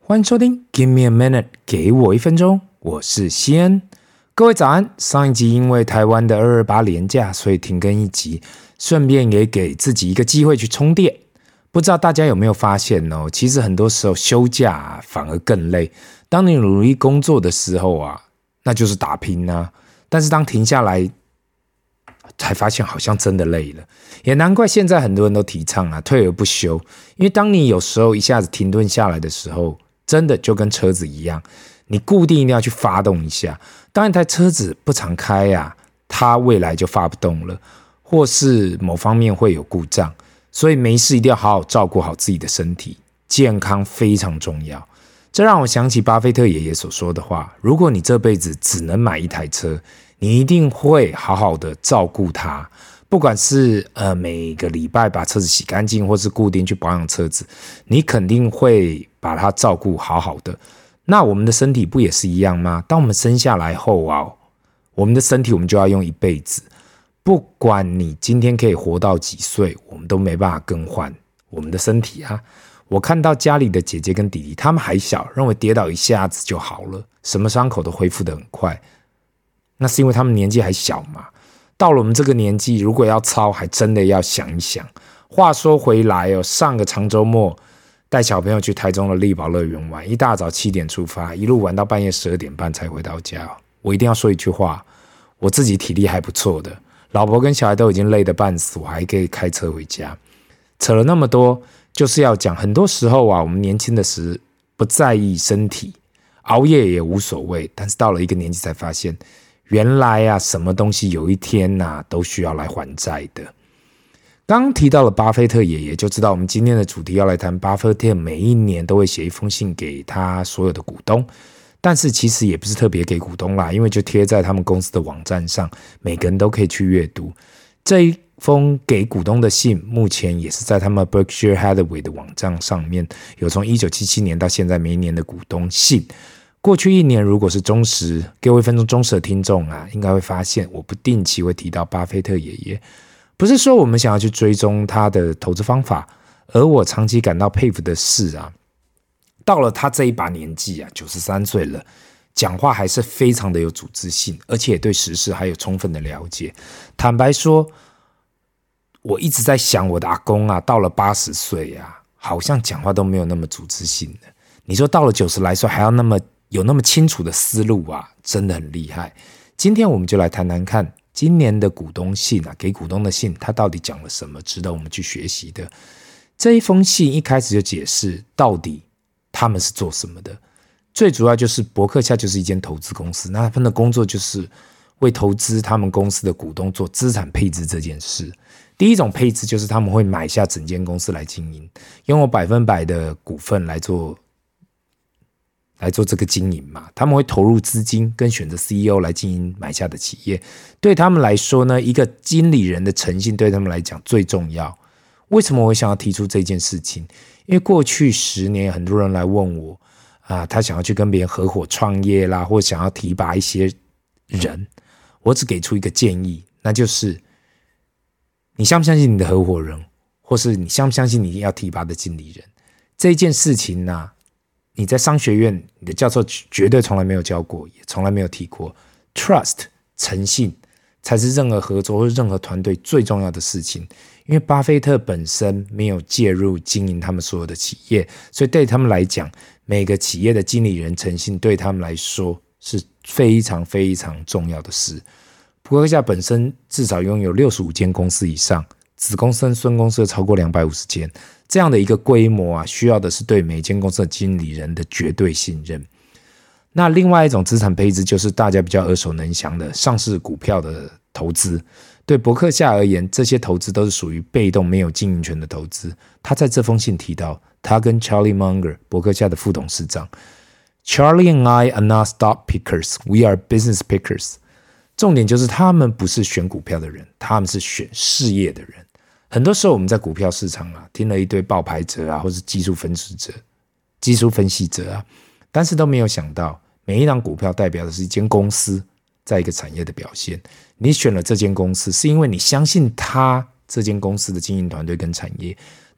欢迎收听 Give me a minute， 给我1分钟，我是西恩。各位早安。上一集因为台湾的228连假，所以停更一集，顺便也给自己一个机会去充电。不知道大家有没有发现哦，其实很多时候休假反而更累。当你努力工作的时候啊，那就是打拼啊。但是当停下来，才发现好像真的累了。也难怪现在很多人都提倡啊，退而不休。因为当你有时候一下子停顿下来的时候，真的就跟车子一样，你固定一定要去发动一下。当一台车子不常开啊，它未来就发不动了，或是某方面会有故障。所以没事一定要好好照顾好自己的身体，健康非常重要。这让我想起巴菲特爷爷所说的话，如果你这辈子只能买一台车，你一定会好好的照顾它，不管是每个礼拜把车子洗干净，或是固定去保养车子，你肯定会把它照顾好好的。那我们的身体不也是一样吗？当我们生下来后啊，我们的身体我们就要用一辈子，不管你今天可以活到几岁，我们都没办法更换我们的身体啊。我看到家里的姐姐跟弟弟，他们还小，认为跌倒一下子就好了，什么伤口都恢复得很快。那是因为他们年纪还小嘛。到了我们这个年纪，如果要操，还真的要想一想。话说回来哦，上个长周末带小朋友去台中的力宝乐园玩，一大早7点出发，一路玩到半夜12点半才回到家。我一定要说一句话，我自己体力还不错的，老婆跟小孩都已经累得半死，我还可以开车回家。扯了那么多，就是要讲很多时候啊，我们年轻的时不在意身体，熬夜也无所谓，但是到了一个年纪才发现，原来啊，什么东西有一天啊都需要来还债的。刚刚提到了巴菲特爷爷，就知道我们今天的主题要来谈巴菲特每一年都会写一封信给他所有的股东，但是其实也不是特别给股东啦，因为就贴在他们公司的网站上，每个人都可以去阅读。这一封给股东的信，目前也是在他们 Berkshire Hathaway 的网站上面，有从1977年到现在每一年的股东信。过去1年，如果是忠实给我1分钟忠实的听众啊，应该会发现我不定期会提到巴菲特爷爷。不是说我们想要去追踪他的投资方法，而我长期感到佩服的是啊，到了他这一把年纪啊，93岁了，讲话还是非常的有组织性，而且对时事还有充分的了解。坦白说，我一直在想我的阿公啊，到了80岁啊，好像讲话都没有那么组织性的。你说到了90来岁还要有那么清楚的思路啊，真的很厉害。今天我们就来谈谈看今年的股东信啊，给股东的信，他到底讲了什么值得我们去学习的。这一封信一开始就解释到底他们是做什么的。最主要就是伯克夏就是一间投资公司，那他们的工作就是为投资他们公司的股东做资产配置这件事。第一种配置就是他们会买下整间公司来经营，拥有100%的股份来做这个经营嘛，他们会投入资金跟选择 CEO 来经营买下的企业。对他们来说呢，一个经理人的诚信对他们来讲最重要。为什么我想要提出这件事情？因为过去10年很多人来问我啊，他想要去跟别人合伙创业啦，或想要提拔一些人，我只给出一个建议，那就是你相不相信你的合伙人，或是你相不相信你要提拔的经理人？这件事情啊，你在商学院你的教授绝对从来没有教过，也从来没有提过。 Trust 诚信才是任何合作或任何团队最重要的事情。因为巴菲特本身没有介入经营他们所有的企业，所以对他们来讲，每个企业的经理人诚信对他们来说是非常非常重要的事。伯克夏本身至少拥有65间公司以上，子公司和孙公司超过250间，这样的一个规模啊，需要的是对每间公司的经理人的绝对信任。那另外一种资产配置就是大家比较耳熟能详的上市股票的投资。对伯克夏而言，这些投资都是属于被动没有经营权的投资。他在这封信提到，他跟 Charlie Munger 伯克夏的副董事长 Charlie and I are not stock pickers, we are business pickers。 重点就是他们不是选股票的人，他们是选事业的人。很多时候我们在股票市场啊，听了一堆报牌者啊，或是技术分析者啊，但是都没有想到每一档股票代表的是一间公司在一个产业的表现。你选了这间公司是因为你相信它这间公司的经营团队跟产业，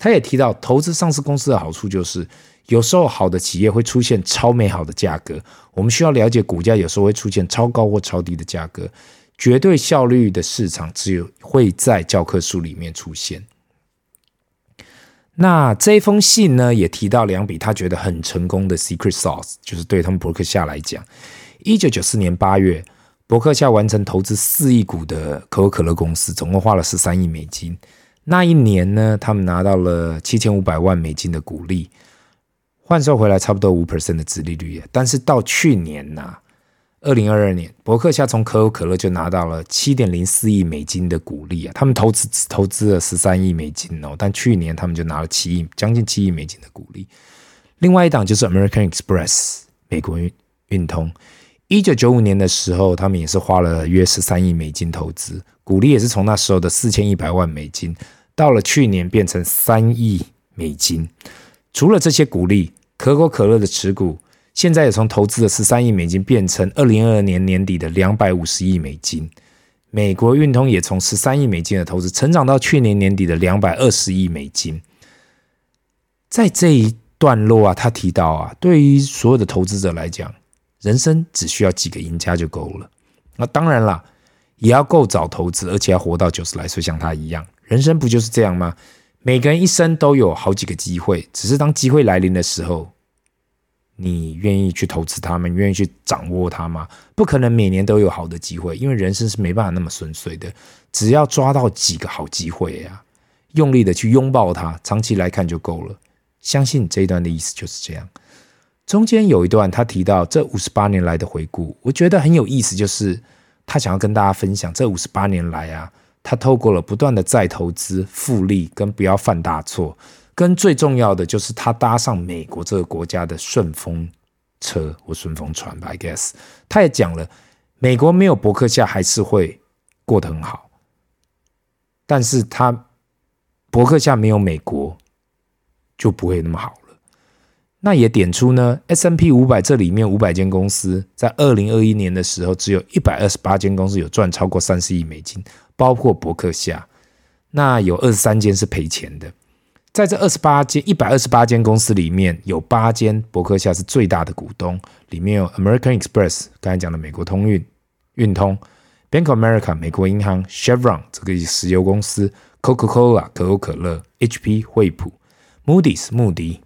他也提到，投资上市公司的好处就是，有时候好的企业会出现超美好的价格，我们需要了解股价有时候会出现超高或超低的价格，绝对效率的市场只有会在教科书里面出现。那这封信呢，也提到两笔他觉得很成功的 secret sauce， 就是对他们伯克夏来讲，1994年8月，伯克夏完成投资4亿股的可口可乐公司，总共花了13亿美金。那一年呢，他们拿到了7500万美金的股利，换算回来差不多 5% 的殖利率。但是到去年2022年，伯克夏从可口可乐就拿到了 7.04 亿美金的股利他们投资了13亿美金但去年他们就拿了将近7亿美金的股利。另外一档就是 American Express 美国运通，1995年的时候，他们也是花了约13亿美金投资，股利也是从那时候的4100万美金，到了去年变成3亿美金。除了这些股利，可口可乐的持股现在也从投资的13亿美金变成2022年年底的250亿美金。美国运通也从13亿美金的投资成长到去年年底的220亿美金。在这一段落他提到对于所有的投资者来讲，人生只需要几个赢家就够了。那当然啦，也要够早投资，而且要活到90来岁，像他一样。人生不就是这样吗？每个人一生都有好几个机会，只是当机会来临的时候，你愿意去投资他们，愿意去掌握它吗？不可能每年都有好的机会，因为人生是没办法那么顺遂的。只要抓到几个好机会用力的去拥抱它，长期来看就够了。相信这一段的意思就是这样。中间有一段他提到这58年来的回顾，我觉得很有意思，就是他想要跟大家分享这58年来他透过了不断的再投资、复利跟不要犯大错，跟最重要的就是他搭上美国这个国家的顺风车或顺风船吧 I guess。 他也讲了，美国没有伯克夏还是会过得很好，但是伯克夏没有美国就不会那么好了。那也点出呢 S&P 500这里面500间公司，在2021年的时候，只有128间公司有赚超过30亿美金，包括伯克夏。那有23间是赔钱的。在这128间公司里面，有8间伯克夏是最大的股东，里面有 American Express 刚才讲的美国运通 Bank of America 美国银行 Chevron 这个石油公司 Coca-Cola 可口可乐 HP 惠普 Moody's 穆迪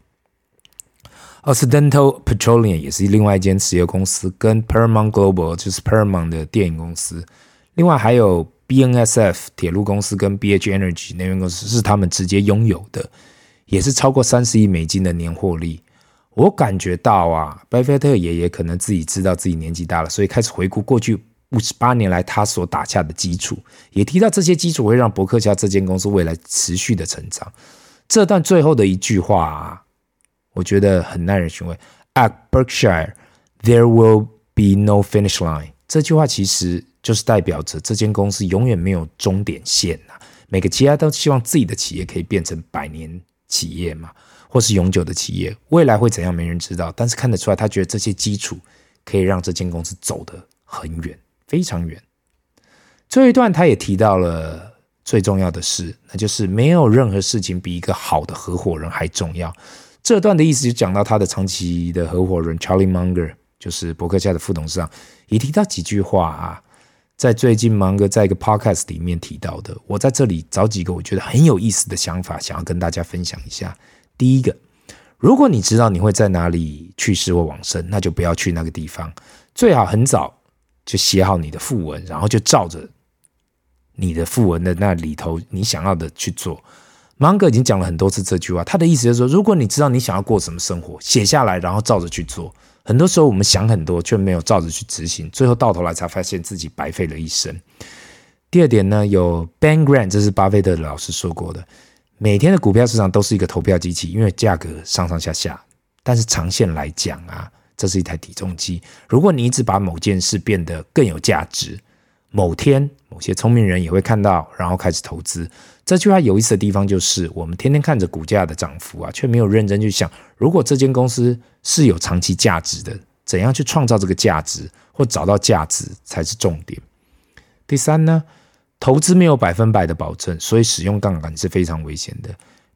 Occidental Petroleum 也是另外一间石油公司，跟 Paramount Global 就是 Paramount 的电影公司，另外还有 BNSF 铁路公司跟 BH Energy 能源公司是他们直接拥有的，也是超过30亿美金的年获利。我感觉到巴菲特爷爷可能自己知道自己年纪大了，所以开始回顾过去58年来他所打下的基础，也提到这些基础会让伯克夏这间公司未来持续的成长。这段最后的一句话我觉得很耐人寻味。 At Berkshire, there will be no finish line。 这句话其实就是代表着这间公司永远没有终点线每个企业都希望自己的企业可以变成100年企业嘛，或是永久的企业。未来会怎样没人知道，但是看得出来他觉得这些基础可以让这间公司走得很远，非常远。最后一段他也提到了最重要的事，那就是没有任何事情比一个好的合伙人还重要。这段的意思就讲到他的长期的合伙人 Charlie Munger， 就是伯克夏的副董事长，也提到几句话在最近 Munger 在一个 podcast 里面提到的，我在这里找几个我觉得很有意思的想法，想要跟大家分享一下。第一个，如果你知道你会在哪里去世或往生，那就不要去那个地方，最好很早就写好你的讣文，然后就照着你的讣文的那里头你想要的去做。Munger 已经讲了很多次这句话，他的意思就是说，如果你知道你想要过什么生活，写下来然后照着去做。很多时候我们想很多却没有照着去执行，最后到头来才发现自己白费了一生。第二点呢，有 Ben Graham， 这是巴菲特的老师说过的，每天的股票市场都是一个投票机器，因为价格上上下下，但是长线来讲这是一台体重机。如果你一直把某件事变得更有价值，某天某些聪明人也会看到，然后开始投资。这句话有意思的地方就是，我们天天看着股价的涨幅却没有认真去想，如果这间公司是有长期价值的，怎样去创造这个价值或找到价值才是重点。第三呢，投资没有100%的保证，所以使用杠杆是非常危险的。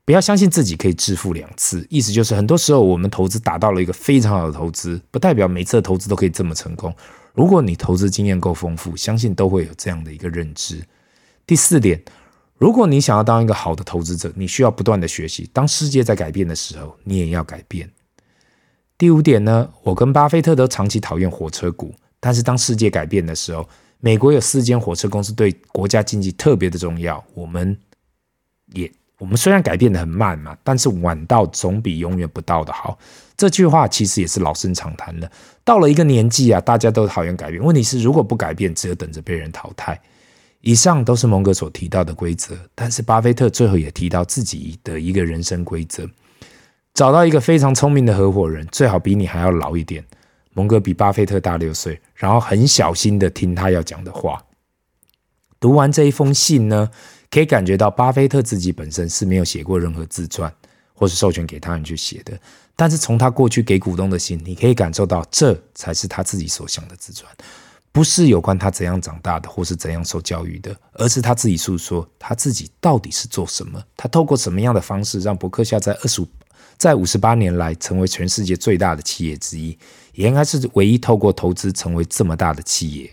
不要相信自己可以致富2次，意思就是很多时候我们投资达到了一个非常好的投资，不代表每次的投资都可以这么成功。如果你投资经验够丰富，相信都会有这样的一个认知。第4点，如果你想要当一个好的投资者，你需要不断的学习，当世界在改变的时候，你也要改变。第5点呢，我跟巴菲特都长期讨厌火车股，但是当世界改变的时候，美国有4间火车公司对国家经济特别的重要，我们虽然改变得很慢嘛，但是晚到总比永远不到的好。这句话其实也是老生常谈了。到了一个年纪啊，大家都讨厌改变，问题是如果不改变，只有等着被人淘汰。以上都是蒙格所提到的规则，但是巴菲特最后也提到自己的一个人生规则：找到一个非常聪明的合伙人，最好比你还要老一点。蒙格比巴菲特大6岁，然后很小心的听他要讲的话。读完这一封信呢，可以感觉到巴菲特自己本身是没有写过任何自传，或是授权给他人去写的。但是从他过去给股东的信，你可以感受到这才是他自己所想的自传，不是有关他怎样长大的，或是怎样受教育的，而是他自己诉说他自己到底是做什么，他透过什么样的方式让伯克夏在58年来成为全世界最大的企业之一，也应该是唯一透过投资成为这么大的企业。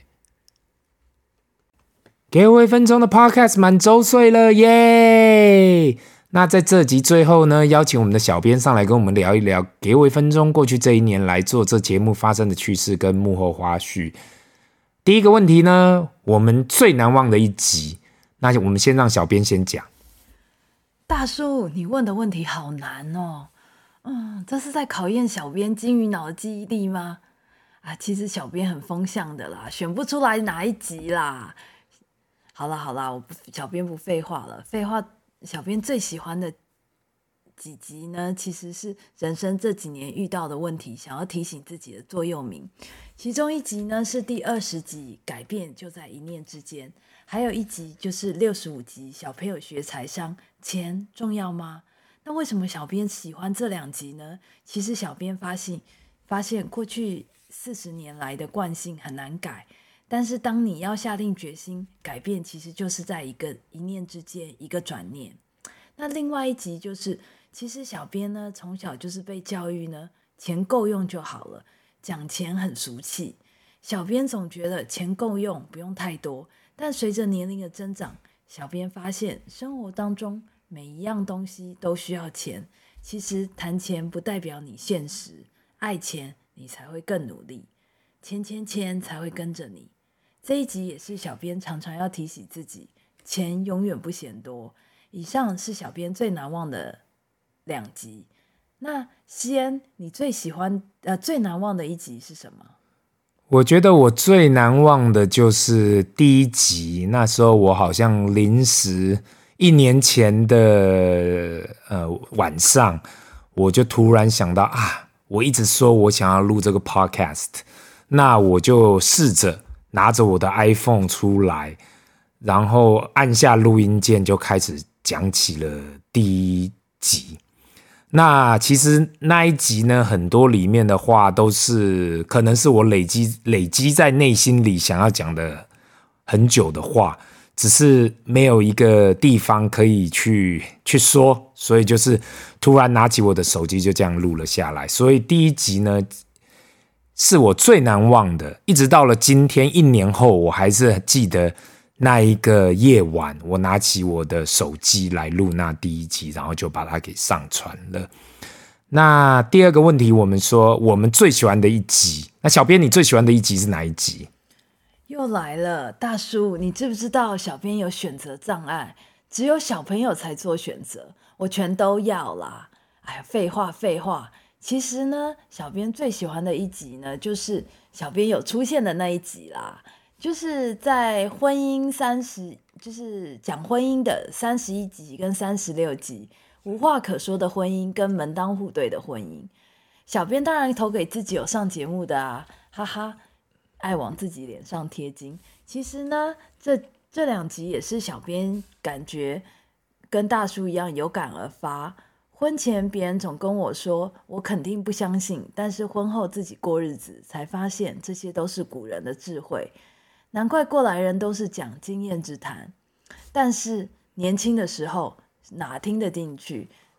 给我1分钟的 Podcast 满周岁了耶！那在这集最后呢，邀请我们的小编上来跟我们聊一聊给我1分钟过去这1年来做这节目发生的趣事跟幕后花絮。第一个问题呢，我们最难忘的一集，那我们先让小编先讲。 大叔，你问的问题好难哦。这是在考验小编金鱼脑的记忆力吗？其实小编很风向的啦，选不出来哪一集啦。好啦，小编不废话了。小编最喜欢的几集呢，其实是人生这几年遇到的问题，想要提醒自己的座右铭。其中一集呢是第20集，改变就在一念之间。还有一集就是65集，小朋友学财商，钱重要吗？那为什么小编喜欢这2集呢？其实小编发现过去40年来的惯性很难改，但是当你要下定决心改变，其实就是在一念之间，一个转念。那另外一集就是，其实小编呢从小就是被教育呢，钱够用就好了，讲钱很俗气。小编总觉得钱够用，不用太多，但随着年龄的增长，小编发现生活当中每一样东西都需要钱。其实谈钱不代表你现实，爱钱你才会更努力，钱才会跟着你。这一集也是小编常常要提醒自己，钱永远不嫌多。以上是小编最难忘的2集。那西恩，你最难忘的一集是什么？ 我觉得我最难忘的就是第1集，那时候我好像临时1年前的晚上，我就突然想到我一直说我想要录这个 podcast， 那我就试着拿着我的 iPhone 出来，然后按下录音键就开始讲起了第1集。那其实那一集呢，很多里面的话都是可能是我累积在内心里想要讲的很久的话，只是没有一个地方可以去说，所以就是突然拿起我的手机就这样录了下来。所以第1集呢是我最难忘的，一直到了今天1年后，我还是记得那一个夜晚，我拿起我的手机来录那第1集，然后就把它给上传了。那第2个问题，我们说我们最喜欢的一集，那小编你最喜欢的一集是哪一集？ 又来了，大叔，你知不知道小编有选择障碍，只有小朋友才做选择，我全都要啦。废话。其实呢，小编最喜欢的一集呢，就是小编有出现的那一集啦。就是在婚姻就是讲婚姻的31集跟36集，无话可说的婚姻跟门当户对的婚姻。小编当然投给自己有上节目的哈哈，爱往自己脸上贴金。其实呢，这2集也是小编感觉跟大叔一样有感而发。婚前别人总跟我说，我肯定不相信，但是婚后自己过日子，才发现这些都是古人的智慧。难怪过来人都是讲经验之谈，但是年轻的时候哪听得进去？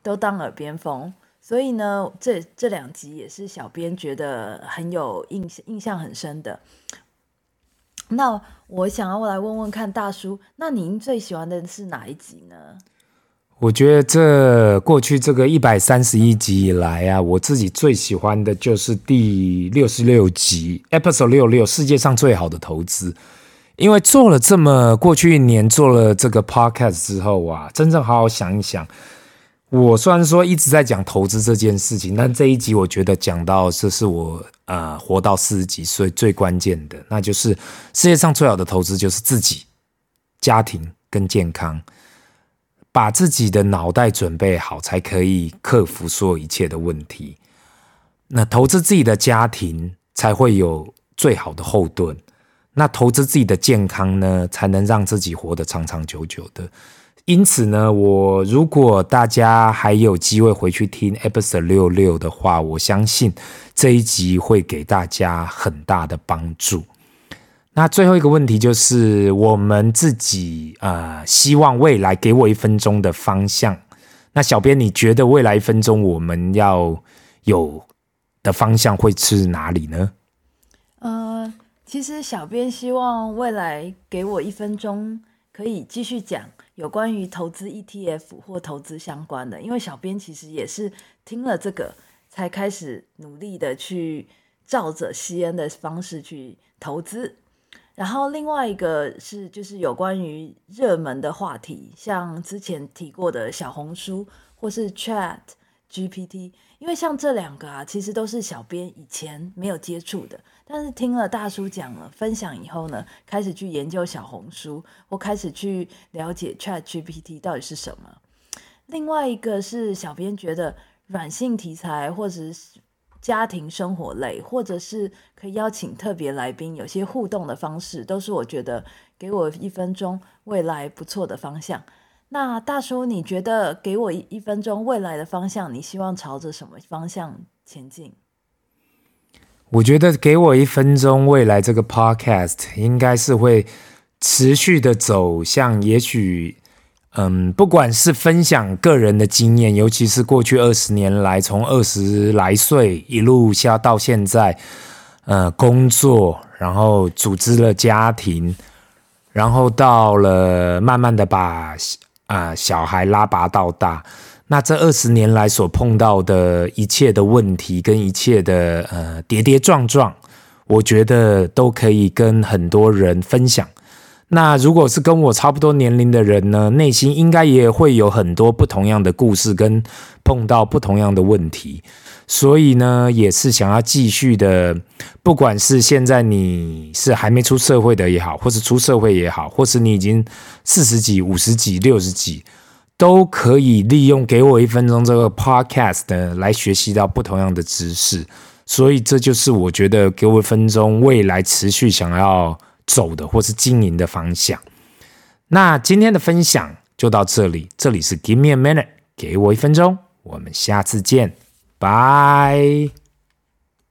都当耳边风。所以呢，这2集也是小编觉得很有印象很深的。那我想要来问问看大叔，那您最喜欢的是哪一集呢？ 我觉得过去这个131集以来啊，我自己最喜欢的就是第66集 Episode 66世界上最好的投资。因为做了过去1年做了这个 podcast 之后啊，真正好好想一想，我虽然说一直在讲投资这件事情，但这一集我觉得讲到这是我活到40几岁最关键的，那就是世界上最好的投资就是自己、家庭跟健康，把自己的脑袋准备好，才可以克服所有一切的问题。那投资自己的家庭才会有最好的后盾，那投资自己的健康呢，才能让自己活得长长久久的。因此呢，如果大家还有机会回去听 Episode 66的话，我相信这一集会给大家很大的帮助。那最后一个问题就是我们自己希望未来给我1分钟的方向。那小编你觉得未来1分钟我们要有的方向会是哪里呢？ 其实小编希望未来给我1分钟可以继续讲有关于投资 ETF 或投资相关的，因为小编其实也是听了这个才开始努力的去照着西恩的方式去投资。然后另外一个是就是有关于热门的话题，像之前提过的小红书或是 Chat GPT， 因为像这2个其实都是小编以前没有接触的，但是听了大叔讲了分享以后呢，开始去研究小红书，或开始去了解 Chat GPT 到底是什么。另外一个是小编觉得软性题材或者是家庭生活类，或者是可以邀请特别来宾，有些互动的方式，都是我觉得给我1分钟未来不错的方向。那大叔，你觉得给我1分钟未来的方向，你希望朝着什么方向前进？ 我觉得给我1分钟未来这个 podcast 应该是会持续的走向，也许不管是分享个人的经验，尤其是过去20年来，从20来岁一路下到现在工作，然后组织了家庭，然后到了慢慢的把小孩拉拔到大，那这20年来所碰到的一切的问题跟一切的跌跌撞撞，我觉得都可以跟很多人分享。那如果是跟我差不多年龄的人呢，内心应该也会有很多不同样的故事跟碰到不同样的问题，所以呢也是想要继续的，不管是现在你是还没出社会的也好，或是出社会也好，或是你已经40几50几60几，都可以利用给我1分钟这个 podcast 呢来学习到不同样的知识。所以这就是我觉得给我1分钟未来持续想要走的或是经营的方向。那今天的分享就到这里，这里是 Give me a minute， 给我1分钟，我们下次见，拜。